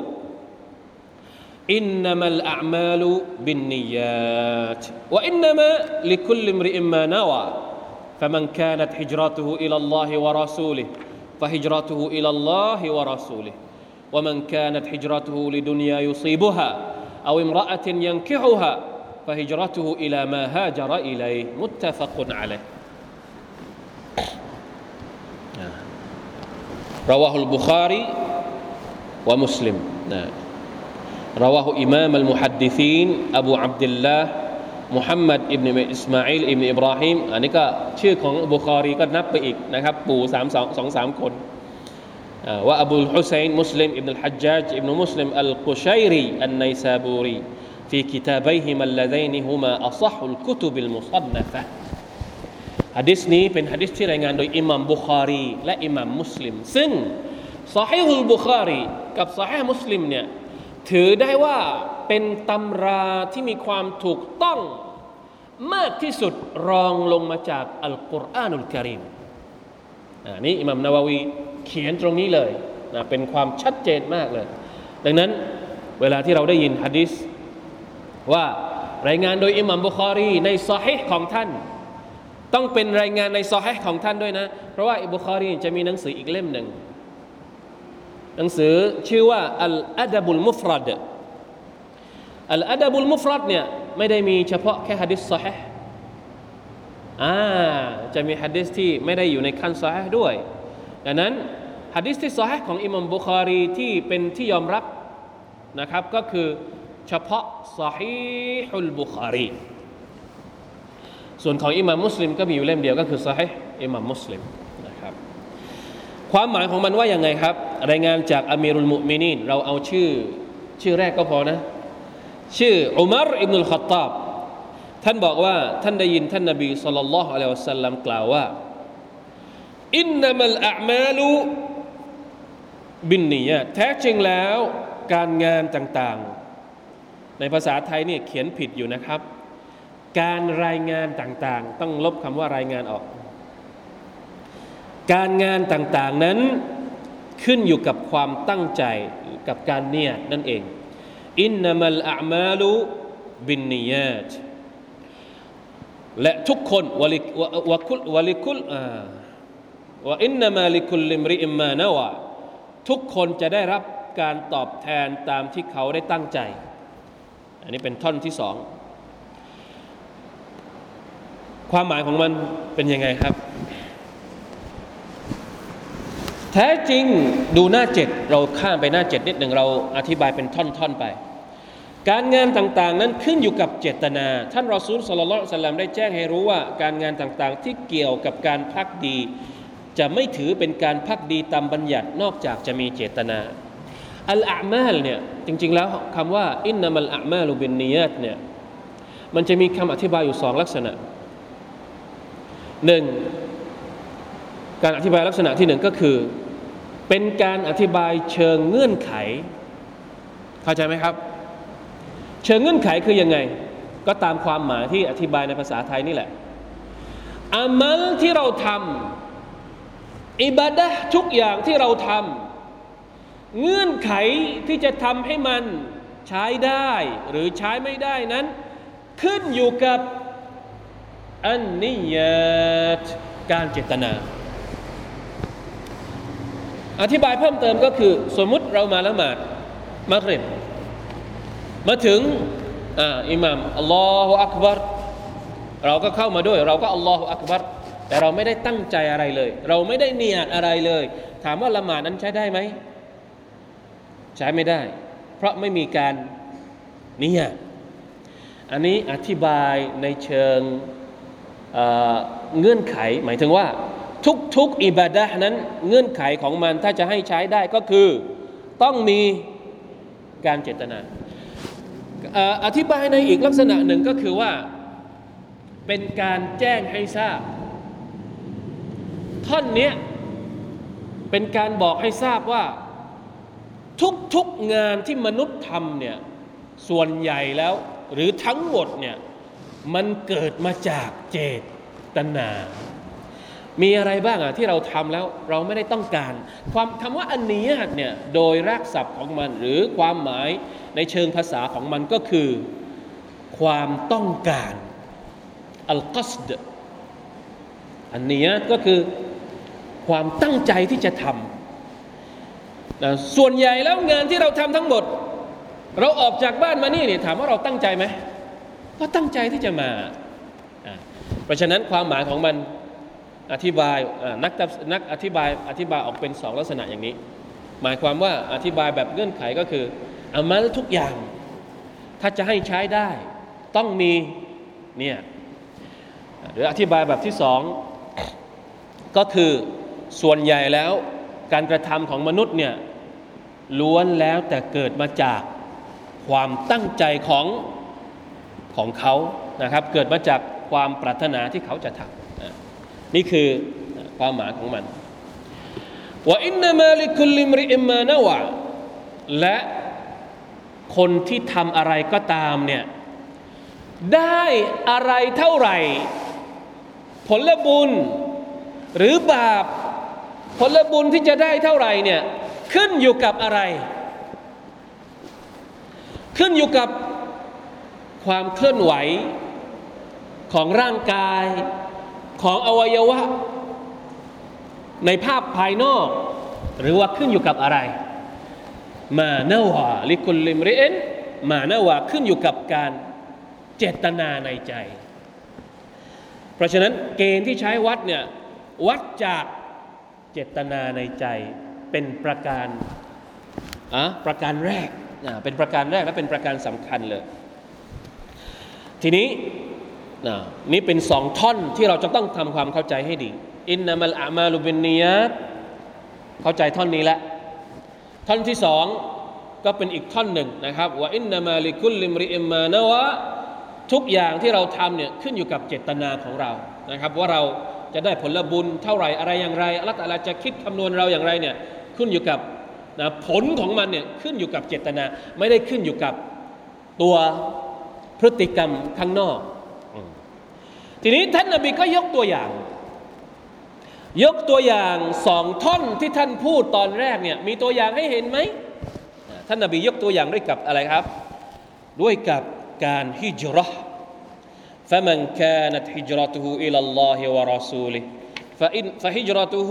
إنما الأعمال بالنيات وإنما لكل امرئ ما نوى فمن كانت هجرته إلى الله ورسوله فهجرته إلى الله ورسوله ومن كانت هجرته لدنيا يصيبها أو امرأة ينكحها فهجرته إلى ما هاجر إليه متفق عليه رواه البخاري ومسلم رواه إمام المحدثين أبو عبد الله محمد ابن إسماعيل ابن إبراهيم อันนี้ก็ชื่อของบุคอรีก็นับไปอีกนะครับปู่สามสองสองสามคนว่าอบูลฮุซัยน์มุสลิมอิบนุลฮัจญาจอิบนุมุสลิมอัลกุชัยรีอันไนซาบูรีفي كتابيهما اللذين هما أصح الكتب المصنفة หะดีษนี้เป็นหะดีษที่รายงานโดยอิหม่ามบุคอรีและอิหม่ามมุสลิมซึ่งซอฮีฮุลบุคอรีกับซอฮีฮ์มุสลิมเนี่ยถือได้ว่าเป็นตำราที่มีความถูกต้องมากที่สุดรองลงมาจากอัลกุรอานุลกะรีมอันนี้อิหม่ามนาวาวีเขียนตรงนี้เลยนะเป็นความชัดเจนมากเลยดังนั้นเวลาที่เราได้ยินหะดีษว่ารายงานโดยอิหม่ามบุคอรีในซอฮีฮ์ของท่านต้องเป็นรายงานในซอฮีฮ์ของท่านด้วยนะเพราะว่าบุคอรีจะมีหนังสืออีกเล่มหนึ่งหนังสือชื่อว่าอัลอะดับุลมุฟรัดอัลอะดับุลมุฟรัดเนี่ยไม่ได้มีเฉพาะแค่หะดีษซอฮีฮ์อ่าจะมีหะดีษที่ไม่ได้อยู่ในขั้นซอฮีฮ์ด้วยดังนั้นหะดีษที่ซอฮีฮ์ของอิหม่ามบุคอรีที่เป็นที่ยอมรับนะครับก็คือเฉพาะซอฮีฮุลบุคอรีส่วนของอิหม่ามมุสลิมก็มีอยู่เล่มเดียวก็คือซอฮีฮ์อิหม่ามมุสลิมนะครับความหมายของมันว่ายังไงครับรายงานจากอามีรุลมุอ์มินีนเราเอาชื่อชื่อแรกก็พอนะชื่ออุมัรอิบนุลค็อฏฏอบท่านบอกว่าท่านได้ยินท่านนบีศ็อลลัลลอฮุอะลัยฮิวะซัลลัมกล่าวว่าอินนัมัลอาอ์มาลุบินนียาตแท้จริงแล้วการงานต่างๆในภาษาไทยเนี่ยเขียนผิดอยู่นะครับการรายงานต่างๆต้องลบคำว่ารายงานออกการงานต่างๆนั้นขึ้นอยู่กับความตั้งใจกับการเนียดนั่นเองอินนัมัลอาอ์มาลุบินนียาตและทุกคนวะลิวะคุลวะลิคุลวะอินนัมาลิคุลลิมริอิมมานาวะทุกคนจะได้รับการตอบแทนตามที่เขาได้ตั้งใจอันนี้เป็นท่อนที่สองความหมายของมันเป็นยังไงครับแท้จริงดูหน้าเจ็ดเราข้ามไปหน้าเจ็ดนิดหนึ่งเราอธิบายเป็นท่อนๆไปการงานต่างๆนั้นขึ้นอยู่กับเจตนาท่านรอซูลศ็อลลัลลอฮุอะลัยฮิวะซัลลัมได้แจ้งให้รู้ว่าการงานต่างๆที่เกี่ยวกับการภักดีจะไม่ถือเป็นการภักดีตามบัญญัตินอกจากจะมีเจตนาอัลอาอ์มาลเนี่ยจริงๆแล้วคำว่าอินนัมัลอาอ์มาลุบินนียาตเนี่ยมันจะมีคำอธิบายอยู่สองลักษณะหนึ่งการอธิบายลักษณะที่หนึ่งก็คือเป็นการอธิบายเชิงเงื่อนไขเข้าใจไหมครับเชิงเงื่อนไขคือยังไงก็ตามความหมายที่อธิบายในภาษาไทยนี่แหละอามัลที่เราทำอิบาดะห์ทุกอย่างที่เราทำเงื่อนไขที่จะทำให้มันใช้ได้หรือใช้ไม่ได้นั้นขึ้นอยู่กับอันนิยาตการเจตนาอธิบายเพิ่มเติมก็คือสมมุติเรามาละหมาดมักริบมาถึงอ่าอิหม่ามอัลลอฮุอักบัรเราก็เข้ามาด้วยเราก็อัลลอฮุอักบัรแต่เราไม่ได้ตั้งใจอะไรเลยเราไม่ได้เนียดอะไรเลยถามว่าละหมาดนั้นใช้ได้ไหมใช้ไม่ได้เพราะไม่มีการเนียดอันนี้อธิบายในเชิงเอ่อเงื่อนไขหมายถึงว่าทุกๆอิบาดะห์นั้นเงื่อนไขของมันถ้าจะให้ใช้ได้ก็คือต้องมีการเจตนาอธิบายในอีกลักษณะหนึ่งก็คือว่าเป็นการแจ้งให้ทราบท่อนนี้เป็นการบอกให้ทราบว่าทุกๆงานที่มนุษย์ทำเนี่ยส่วนใหญ่แล้วหรือทั้งหมดเนี่ยมันเกิดมาจากเจตนามีอะไรบ้างอะที่เราทำแล้วเราไม่ได้ต้องการความคำว่าอันนียะห์เนี่ยโดยรากศัพท์ของมันหรือความหมายในเชิงภาษาของมันก็คือความต้องการอัลกัสดอันนียะห์ก็คือความตั้งใจที่จะทำนะส่วนใหญ่แล้วงานที่เราทำทั้งหมดเราออกจากบ้านมานี่เนี่ยถามว่าเราตั้งใจไหมก็ตั้งใจที่จะมาเพราะฉะนั้นความหมายของมันอธิบายนักนักอธิบายอธิบายออกเป็นสองลักษณะอย่างนี้หมายความว่าอธิบายแบบเงื่อนไขก็คืออามัลทุกอย่างถ้าจะให้ใช้ได้ต้องมีเนี่ยหรืออธิบายแบบที่สองก็คือส่วนใหญ่แล้วการกระทำของมนุษย์เนี่ยล้วนแล้วแต่เกิดมาจากความตั้งใจของของเขานะครับเกิดมาจากความปรารถนาที่เขาจะทำนี่คือความหมายของมันว่าอินนามาลิคุลิมริอิมมานาวะและคนที่ทำอะไรก็ตามเนี่ยได้อะไรเท่าไหร่ผลบุญหรือบาปผลบุญที่จะได้เท่าไหร่เนี่ยขึ้นอยู่กับอะไรขึ้นอยู่กับความเคลื่อนไหวของร่างกายของอวัยวะในภาพภายนอกหรือว่าขึ้นอยู่กับอะไรมานาวะลิคุลลิมริอินมานาวะขึ้นอยู่กับการเจตนาในใจเพราะฉะนั้นเกณฑ์ที่ใช้วัดเนี่ยวัดจากเจตนาในใจเป็นประการอ่ะประการแรกอ่ะเป็นประการแรกและเป็นประการสำคัญเลยทีนี้นะนี่เป็นสองท่อนที่เราจะต้องทำความเข้าใจให้ดีอินนามัลอามาลุบินนียาตเข้าใจท่อนนี้แล้วท่อนที่สองก็เป็นอีกท่อนหนึ่งนะครับว่าอินนามาลิคุลลิมริอิมมานาวะทุกอย่างที่เราทำเนี่ยขึ้นอยู่กับเจตนาของเรานะครับว่าเราจะได้ผลบุญเท่าไหร่อะไรอย่างไรอัลเลาะห์ตะอาลาจะคิดคำนวณเราอย่างไรเนี่ยขึ้นอยู่กับนะผลของมันเนี่ยขึ้นอยู่กับเจตนาไม่ได้ขึ้นอยู่กับตัวพฤติกรรมข้างนอกทีนี้ท่านนบีก็ยกตัวอย่างยกตัวอย่างสองท่อนที่ท่านพูดตอนแรกเนี่ยมีตัวอย่างให้เห็นไหมท่านนบียกตัวอย่างด้วยกับอะไรครับด้วยกับการฮิจเราะห์ فمن كانت هجرته إلى الله ورسوله فإن فهجرته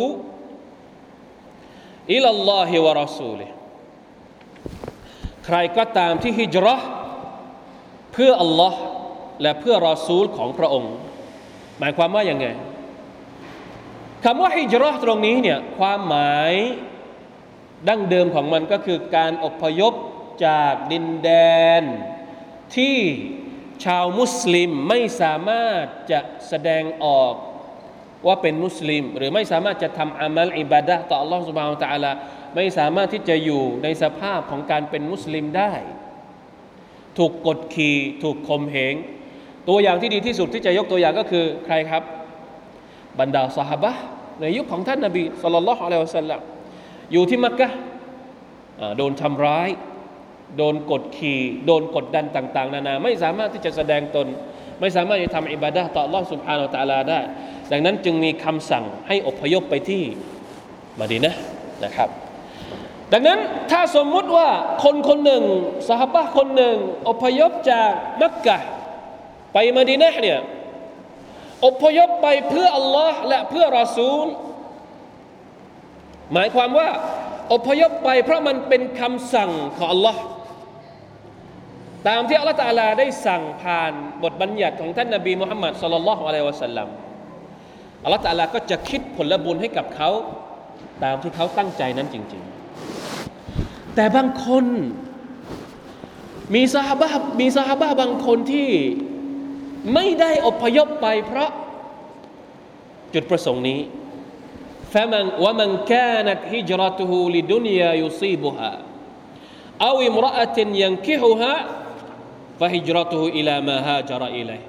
إلى الله ورسوله ใครก็ตามที่ฮิจเราะห์เพื่ออัลลอฮ์และเพื่อรอซูลของพระองค์หมายความว่าอย่างไงคำว่าฮิจเราะห์ตรงนี้เนี่ยความหมายดั้งเดิมของมันก็คือการอพยพจากดินแดนที่ชาวมุสลิมไม่สามารถจะแสดงออกว่าเป็นมุสลิมหรือไม่สามารถจะทำอามัลอิบาดะห์ต่ออัลลอฮฺซุบฮานะฮูวะตะอาลาไม่สามารถที่จะอยู่ในสภาพของการเป็นมุสลิมได้ถูกกดขี่ถูกข่มเหงตัวอย่างที่ดีที่สุดที่จะยกตัวอย่างก็คือใครครับบรรดาซอฮาบะห์ในยุคของท่านนบีศ็อลลัลลอฮุอะลัยฮิวะซัลลัมอยู่ที่มักกะฮ์โดนทำร้ายโดนกดขี่โดนกดดันต่างๆนานาไม่สามารถที่จะแสดงตนไม่สามารถจะทำอิบาดะห์ต่ออัลเลาะห์ซุบฮานะฮูวะตะอาลาได้ดังนั้นจึงมีคำสั่งให้อพยพไปที่มะดีนะห์นะครับดังนั้นถ้าสมมุติว่าคนคนหนึ่งซอฮาบะห์คนหนึ่งอพยพจากมักกะฮ์ไปมะดีนะห์เนี่ยอพยพไปเพื่ออัลลอฮ์และเพื่อรอซูลหมายความว่าอพยพไปเพราะมันเป็นคำสั่งของอัลลอฮ์ตามที่อัลลอฮ์ตะอาลาได้สั่งผ่านบทบัญญัติของท่านนบีมุฮัมมัดศ็อลลัลลอฮุอะลัยฮิวะซัลลัมอัลลอฮ์ตะอาลาก็จะคิดผลบุญให้กับเขาตามที่เขาตั้งใจนั้นจริงๆแต่บางคนมีซอฮาบะห์มีซอฮาบะห์บางคนที่ไม่ได้อพยพไปเพราะจุดประสงค์นี้فمن ومن كانت هجرته لدنيا يصيبها أو امرأة ينكحها ฟะฮิจเราะตุฮุอิลามาฮาจาระอิลัย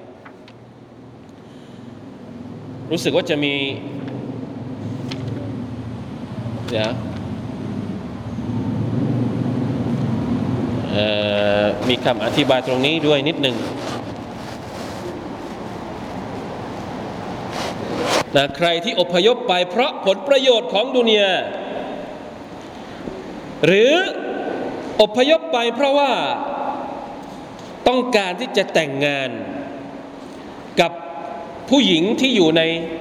รู้สึกว่าจะมีเดี๋ยวมีคำอธิบายตรงนี้ด้วยนิดหนึ่งนะใครที่อพยพไปเพราะผลประโยชน์ของดุนยาหรืออพยพไปเพราะว่าต้องการที่จะแต่งงานกับผู้หญิงที่อยู่ใน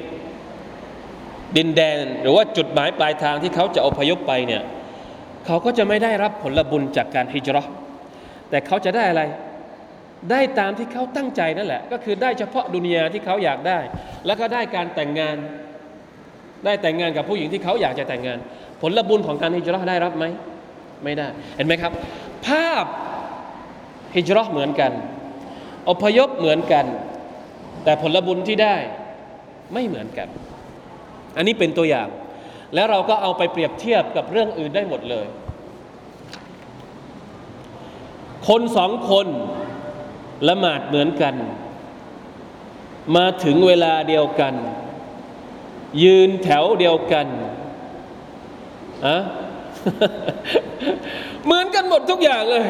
ดินแดนหรือว่าจุดหมายปลายทางที่เขาจะอพยพไปเนี่ยเขาก็จะไม่ได้รับผลบุญจากการฮิจเราะห์แต่เขาจะได้อะไรได้ตามที่เขาตั้งใจนั่นแหละก็คือได้เฉพาะดุนยาที่เขาอยากได้แล้วก็ได้การแต่งงานได้แต่งงานกับผู้หญิงที่เขาอยากจะแต่งงานผลบุญของการฮิจเราะห์ได้รับไหมไม่ได้เห็นไหมครับภาพฮิจเราะห์เหมือนกันอพยพเหมือนกันแต่ผลบุญที่ได้ไม่เหมือนกันอันนี้เป็นตัวอย่างแล้วเราก็เอาไปเปรียบเทียบกับเรื่องอื่นได้หมดเลยคนสองคนละหมาดเหมือนกันมาถึงเวลาเดียวกันยืนแถวเดียวกันอะ เหมือนกันหมดทุกอย่างเลย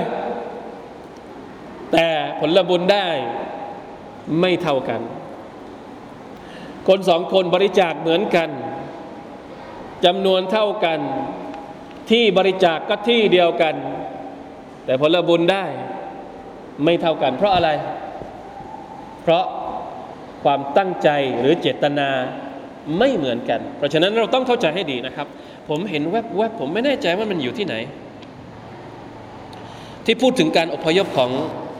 แต่ผลบุญได้ไม่เท่ากันคนสองคนบริจาคเหมือนกันจำนวนเท่ากันที่บริจาคก็ที่เดียวกันแต่ผลบุญได้ไม่เท่ากันเพราะอะไรเพราะความตั้งใจหรือเจตนาไม่เหมือนกันเพราะฉะนั้นเราต้องเข้าใจให้ดีนะครับผมเห็นแวบๆผมไม่แน่ใจว่ามันอยู่ที่ไหนที่พูดถึงการอพยพของ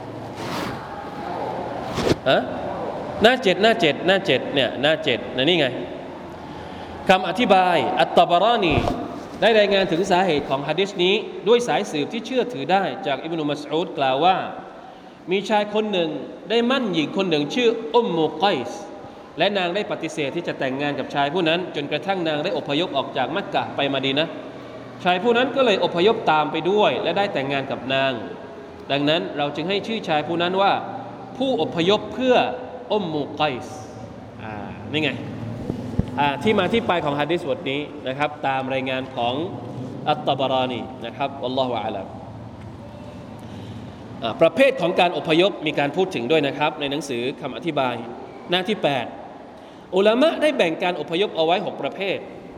ฮะหน้าเจ็ดหน้าเจ็ดหน้าเจ็ดเนี่ยหน้าเจ็ดนะนี่ไงคำอธิบายอัตตบารานีได้รายงานถึงสาเหตุของหะดีษนี้ด้วยสายสืบที่เชื่อถือได้จากอิบนุมัสอูดกล่าวว่ามีชายคนหนึ่งได้มั่นหญิงคนหนึ่งชื่ออุมมุไกส์และนางได้ปฏิเสธที่จะแต่งงานกับชายผู้นั้นจนกระทั่งนางได้อพยพออกจากมักกะฮ์ไปมะดีนะห์ชายผู้นั้นก็เลยอพยพตามไปด้วยและได้แต่งงานกับนางดังนั้นเราจึงให้ชื่อชายผู้นั้นว่าผู้อพยพเพื่ออุมมุไกส์อ่านี่ไงอ่าที่มาที่ไปของหะดีษบทนี้นะครับตามรายงานของอัตตบารานีนะครับอัลลอฮฺอะลัมประเภทของการอพยพมีการพูดถึงด้วยนะครับในหนังสือคำอธิบายหน้าที่แปดอุลามะได้แบ่งการอพยพเอาไว้หกประเภท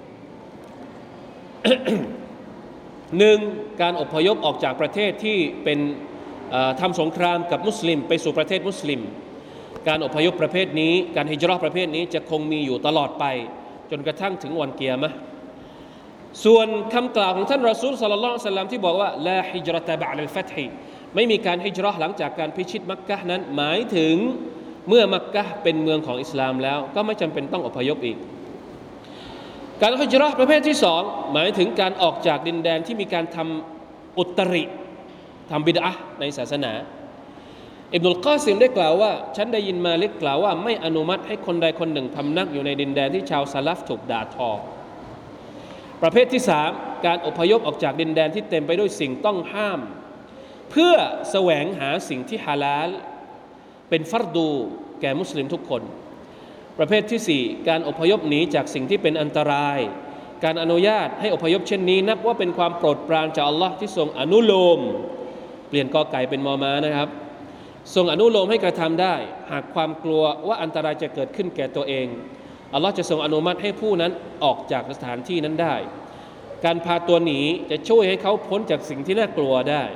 หนึ่งการอพยพออกจากประเทศที่เป็นทำสงครามกับมุสลิมไปสู่ประเทศมุสลิมการอพยพประเภทนี้การฮิจเราะห์ประเภทนี้จะคงมีอยู่ตลอดไปจนกระทั่งถึงวันกิยามะห์ส่วนคำกล่าวของท่านรอซูลศ็อลลัลลอฮุอะลัยฮิวะซัลลัมที่บอกว่าลาฮิจเราะตะบะอ์ดัลฟัตฮิไม่มีการฮิจเราะห์หลังจากการพิชิตมักกะฮ์นั้นหมายถึงเมื่อมักกะฮ์เป็นเมืองของอิสลามแล้วก็ไม่จำเป็นต้องอพยพอีกการฮิจเราะห์ประเภทที่สองหมายถึงการออกจากดินแดนที่มีการทำอุตริทำบิดอะห์ในศาสนาอิบนุลกอซิมได้กล่าวว่าฉันได้ยินมาลิกกล่าวว่าไม่อนุมัติให้คนใดคนหนึ่งพำนักอยู่ในดินแดนที่ชาวซะลัฟถูกด่าทอประเภทที่สามการอพยพออกจากดินแดนที่เต็มไปด้วยสิ่งต้องห้ามเพื่อแสวงหาสิ่งที่ฮาลาลเป็นฟัรดูแก่มุสลิมทุกคนประเภทที่สี่การอพยพหนีจากสิ่งที่เป็นอันตรายการอนุญาตให้อพยพเช่นนี้นับว่าเป็นความโปรดปรานจากอัลลอฮ์ที่ทรงอนุโลมเปลี่ยนกอไก่เป็นมอม้านะครับทรงอนุโลมให้กระทำได้หากความกลัวว่าอันตรายจะเกิดขึ้นแก่ตัวเองอัลลอฮ์จะทรงอนุมัติให้ผู้นั้นออกจากสถานที่นั้นได้การพาตัวหนีจะช่วยให้เขาพ้นจากสิ่งที่น่ากลัวได้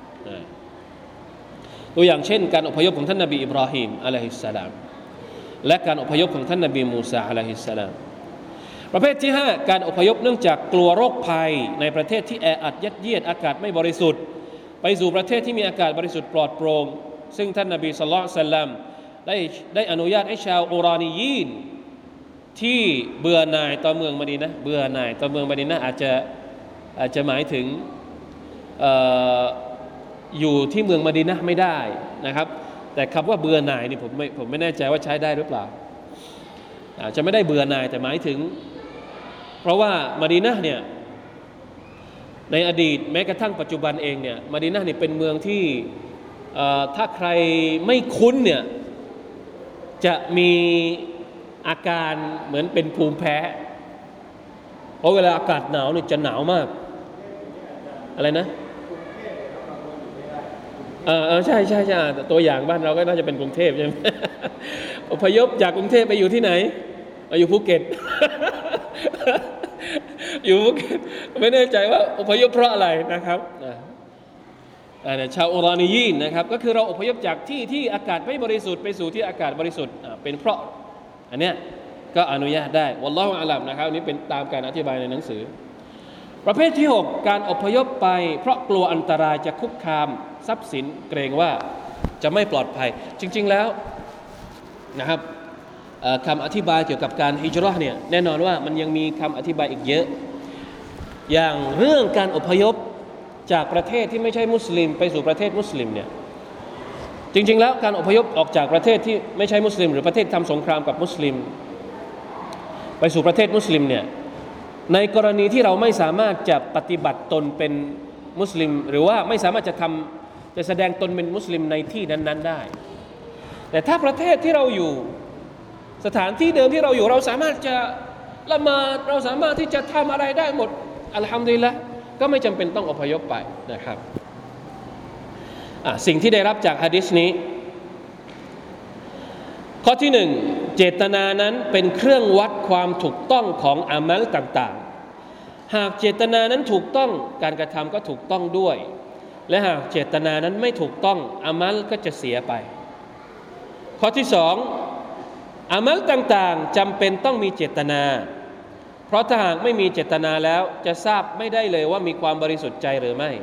ตัวอย่างเช่นการอพยพของท่านนบีอิบราฮิมอะลัยฮิสสลามและการอพยพของท่านนบีมูซาอะลัยฮิสสลามประเภทที่ห้าการอพยพเนื่องจากกลัวโรคภัยในประเทศที่แออัดยัดเยียดอากาศไม่บริสุทธิ์ไปสู่ประเทศที่มีอากาศบริสุทธิ์ปลอดโปร่งซึ่งท่านนบีศ็อลลัลลอฮุอะลัยฮิวะซัลลัมได้ได้อนุญาตให้ชาวอุรานียีนที่เบื่อหน่ายต่อเมืองมะดีนะห์เบื่อหน่ายต่อเมืองมะดีนะห์อาจจะอาจจะหมายถึงเอ่ออยู่ที่เมืองมะดีนะห์ไม่ได้นะครับแต่คำว่าเบื่อหน่ายนี่ผมไม่ผมไม่แน่ใจว่าใช้ได้หรือเปล่าอาจจะไม่ได้เบื่อหน่ายแต่หมายถึงเพราะว่ามะดีนะห์เนี่ยในอดีตแม้กระทั่งปัจจุบันเองเนี่ยมะดีนะห์นี่เป็นเมืองที่ถ้าใครไม่คุ้นเนี่ยจะมีอาการเหมือนเป็นภูมิแพ้เพราะเวลาอากาศหนาวเนี่ยจะหนาวมากอะไรนะเออใช่ใช่ใช่ตัวอย่างบ้านเราก็น่าจะเป็นกรุงเทพใช่ไหมอพยพจากกรุงเทพไปอยู่ที่ไหนอยู่ภูเก็ต อยู่ภูเก็ตไม่แน่ใจว่าอพยพเพราะอะไรนะครับชาวอุรานียีนนะครับก็คือเราอพยพจากที่ที่อากาศไม่บริสุทธิ์ไปสู่ที่อากาศบริสุทธิ์เป็นเพราะอันเนี้ยก็อนุญาตได้วัลลอฮุอาลัมนะครับนี้เป็นตามการอธิบายในหนังสือประเภทที่หกการอพยพไปเพราะกลัวอันตรายจะคุกคามทรัพย์สินเกรงว่าจะไม่ปลอดภัยจริงๆแล้วนะครับคำอธิบายเกี่ยวกับการฮิจเราะห์เนี่ยแน่นอนว่ามันยังมีคำอธิบายอีกเยอะอย่างเรื่องการอพยพจากประเทศที่ไม่ใช่มุสลิมไปสู่ประเทศมุสลิมเนี่ยจริงๆแล้วการอพยพออกจากประเทศที่ไม่ใช่มุสลิมหรือประเทศทำสงครามกับมุสลิมไปสู่ประเทศมุสลิมเนี่ยในกรณีที่เราไม่สามารถจะปฏิบัติตนเป็นมุสลิมหรือว่าไม่สามารถจะทำจะแสดงตนเป็นมุสลิมในที่นั้นๆได้แต่ถ้าประเทศที่เราอยู่สถานที่เดิมที่เราอยู่เราสามารถจะละหมาดเราสามารถที่จะทำอะไรได้หมดอัลฮัมดุลิลละห์ก็ไม่จำเป็นต้องอพยพไปนะครับสิ่งที่ได้รับจากหะดีษนี้ข้อที่หนึ่งเจตนานั้นเป็นเครื่องวัดความถูกต้องของอามัลต่างๆหากเจตนานั้นถูกต้องการกระทำก็ถูกต้องด้วยและหากเจตนานั้นไม่ถูกต้องอามัลก็จะเสียไปข้อที่สองอามัลต่างๆจำเป็นต้องมีเจตนาเพราะถ้าหากไม่มีเจตนาแล้วจะทราบไม่ได้เลยว่ามีความบริสุทธิ์ใจหรือไม่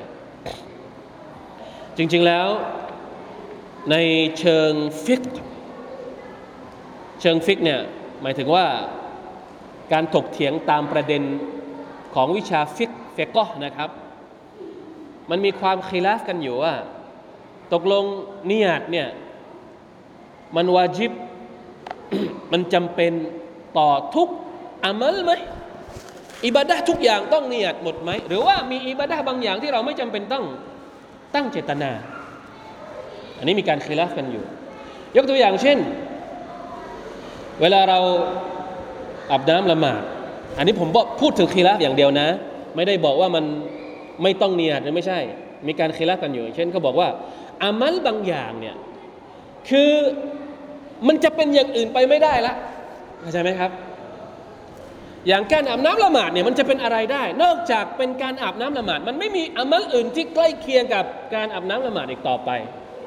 จริงๆแล้วในเชิงฟิกเชิงฟิกเนี่ยหมายถึงว่าการถกเถียงตามประเด็นของวิชาฟิกเฟกะห์นะครับมันมีความคิลาฟกันอยู่ว่าตกลงนิยาตเนี่ยมันวาญิบ มันจำเป็นต่อทุกอามัลไหมอิบาดะห์ทุกอย่างต้องนิยาตหมดไหมหรือว่ามีอิบาดะห์บางอย่างที่เราไม่จำเป็นต้องตั้งเจตนาอันนี้มีการคิลาฟกันอยู่ยกตัวอย่างเช่นเวลาเราอาบน้ำละหมาดอันนี้ผมบอกพูดถึงคิลาฟอย่างเดียวนะไม่ได้บอกว่ามันไม่ต้องนิยาตหรือไม่ใช่มีการคิลาฟกันอยู่เช่นเขาบอกว่าอามัลบางอย่างเนี่ยคือมันจะเป็นอย่างอื่นไปไม่ได้ละเข้าใจไหมครับอย่างการอาบน้ำละหมาดเนี่ยมันจะเป็นอะไรได้นอกจากเป็นการอาบน้ำละหมาดมันไม่มีอามัลอื่นที่ใกล้เคียงกับการอาบน้ำละหมาดอีกต่อไป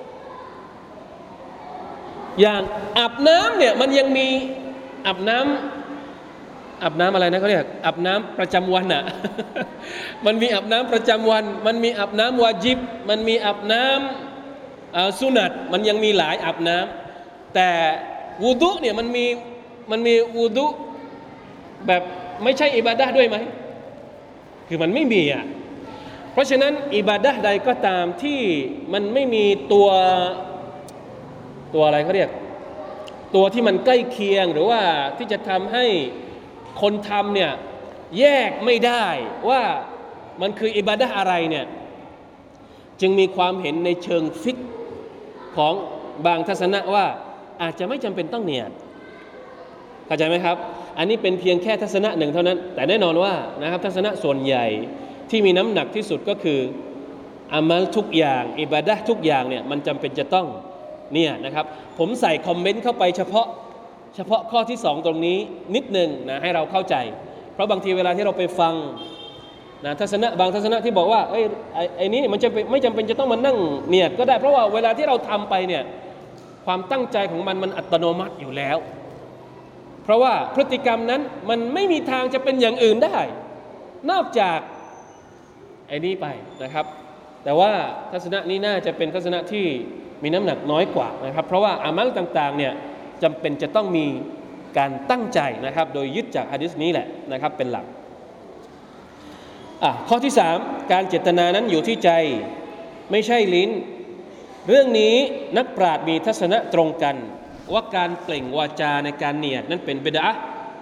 อย่างอาบน้ำเนี่ยมันยังมีอาบน้ำอาบน้ำอะไรนะเขาเรียกอาบน้ำประจำวันอ่ะ มันมีอาบน้ำประจำวันมันมีอาบน้ำวาญิบมันมีอาบน้ำสุนัตมันยังมีหลายอาบน้ำแต่wuดุเนี่ยมันมีมันมีwuดุแบบไม่ใช่อิบาดะห์ด้วยไหมคือมันไม่มีอ่ะเพราะฉะนั้นอิบาดะห์ใดก็ตามที่มันไม่มีตัวตัวอะไรเขาเรียกตัวที่มันใกล้เคียงหรือว่าที่จะทำให้คนทำเนี่ยแยกไม่ได้ว่ามันคืออิบาดะห์อะไรเนี่ยจึงมีความเห็นในเชิงฟิกของบางทัศนะว่าอาจจะไม่จำเป็นต้องเนียดเข้าใจไหมครับอันนี้เป็นเพียงแค่ทัศนะหนึ่งเท่านั้นแต่แน่นอนว่านะครับทัศนะส่วนใหญ่ที่มีน้ำหนักที่สุดก็คืออามัลทุกอย่างอิบาดะห์ทุกอย่างเนี่ยมันจำเป็นจะต้องเนี่ยนะครับผมใส่คอมเมนต์เข้าไปเฉพาะเฉพาะข้อที่สองตรงนี้นิดนึงนะให้เราเข้าใจเพราะบางทีเวลาที่เราไปฟังนะทัศนะบางทัศนะที่บอกว่าเอ้ยไอ้ไอ้นี้มันจะไม่จำเป็นจะต้องมานั่งเนียดก็ได้เพราะว่าเวลาที่เราทำไปเนี่ยความตั้งใจของมันมันอัตโนมัติอยู่แล้วเพราะว่าพฤติกรรมนั้นมันไม่มีทางจะเป็นอย่างอื่นได้นอกจากไอ้นี้ไปนะครับแต่ว่าทัศนะนี้น่าจะเป็นทัศนะที่มีน้ำหนักน้อยกว่านะครับเพราะว่าอามัลต่างๆเนี่ยจำเป็นจะต้องมีการตั้งใจนะครับโดยยึดจากหะดีษนี้แหละนะครับเป็นหลักอ่ะข้อที่สามการเจตนานั้นอยู่ที่ใจไม่ใช่ลิ้นเรื่องนี้นักปราชญ์มีทัศนะตรงกันว่าการเปล่งวาจาในการเนียดนั้นเป็นบิดอะห์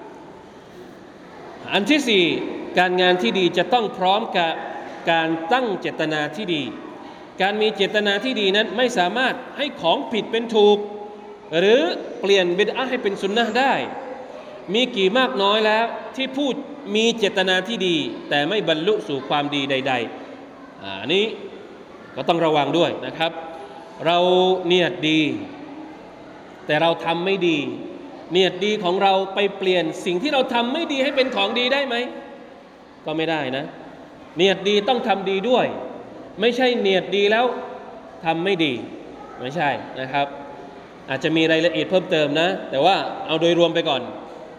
อันที่สี่การงานที่ดีจะต้องพร้อมกับการตั้งเจตนาที่ดีการมีเจตนาที่ดีนั้นไม่สามารถให้ของผิดเป็นถูกหรือเปลี่ยนบิดอะห์ให้เป็นสุนนะห์ได้มีกี่มากน้อยแล้วที่พูดมีเจตนาที่ดีแต่ไม่บรรลุสู่ความดีใดๆอันนี้ก็ต้องระวังด้วยนะครับเราเนียดดีแต่เราทำไม่ดีเนียดดีของเราไปเปลี่ยนสิ่งที่เราทำไม่ดีให้เป็นของดีได้ไหมก็ไม่ได้นะเนียดดีต้องทำดีด้วยไม่ใช่เนียดดีแล้วทำไม่ดีไม่ใช่นะครับอาจจะมีรายละเอียดเพิ่มเติมนะแต่ว่าเอาโดยรวมไปก่อน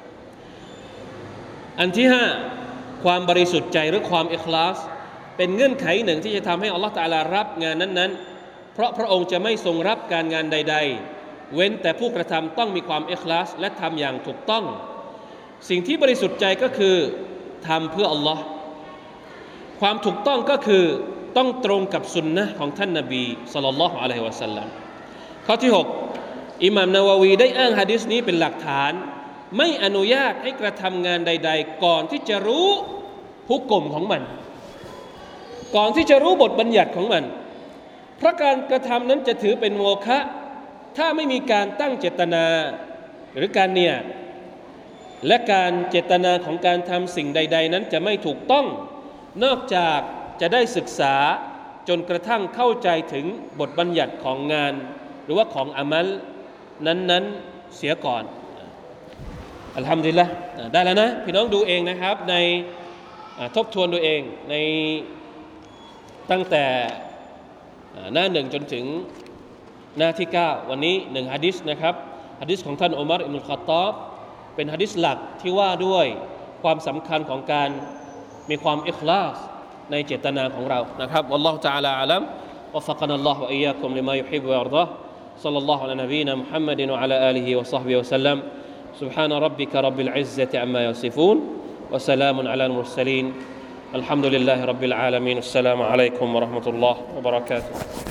อันที่ห้าความบริสุทธิ์ใจหรือความอิคลาสเป็นเงื่อนไขหนึ่งที่จะทำให้อัลลอฮฺตะอาลารับงานนั้นๆเพราะพระองค์จะไม่ทรงรับการงานใดๆเว้นแต่ผู้กระทำต้องมีความอิคลาสและทำอย่างถูกต้องสิ่งที่บริสุทธิ์ใจก็คือทำเพื่ออัลลอฮ์ความถูกต้องก็คือต้องตรงกับสุนนะของท่านนบีศ็อลลัลลอฮุอะลัยฮิวะซัลลัมข้อที่หกอิหม่ามนาวะวีได้อ้างหะดีษนี้เป็นหลักฐานไม่อนุญาตให้กระทำงานใดๆก่อนที่จะรู้ฮุกมของมันก่อนที่จะรู้บทบัญญัติของมันเพราะการกระทำนั้นจะถือเป็นโมฆะถ้าไม่มีการตั้งเจตนาหรือการเนียดและการเจตนาของการทำสิ่งใดๆนั้นจะไม่ถูกต้องนอกจากจะได้ศึกษาจนกระทั่งเข้าใจถึงบทบัญญัติของงานหรือว่าของอามัลนั้นๆเสียก่อนอัลฮัมดุลิลละห์ได้แล้วนะพี่น้องดูเองนะครับในทบทวนดูเองในตั้งแต่หน้าหนึ่งจนถึงหน้าที่เก้าวันนี้หนึ่งหะดีษนะครับหะดีษของท่านอุมัรอิบนุลค็อฏฏอบเป็นหะดีษหลักที่ว่าด้วยความสำคัญของการมีความอิคลาสในเจตนาของเรานะครับวัลลอฮุตะอาลาอะลัมวะฟักนะอัลลอฮุวะอียากุมลิมายุฮิบบุวะยัรฎอศ็อลลัลลอฮุอะลานบีนะมุฮัมมัดวะอะลาอาลิฮิวะศอฮบิฮิวะซัลลัมسبحان ربك رب العزة عما يصفون وسلام على المرسلين الحمد لله رب العالمين السلام عليكم ورحمة الله وبركاته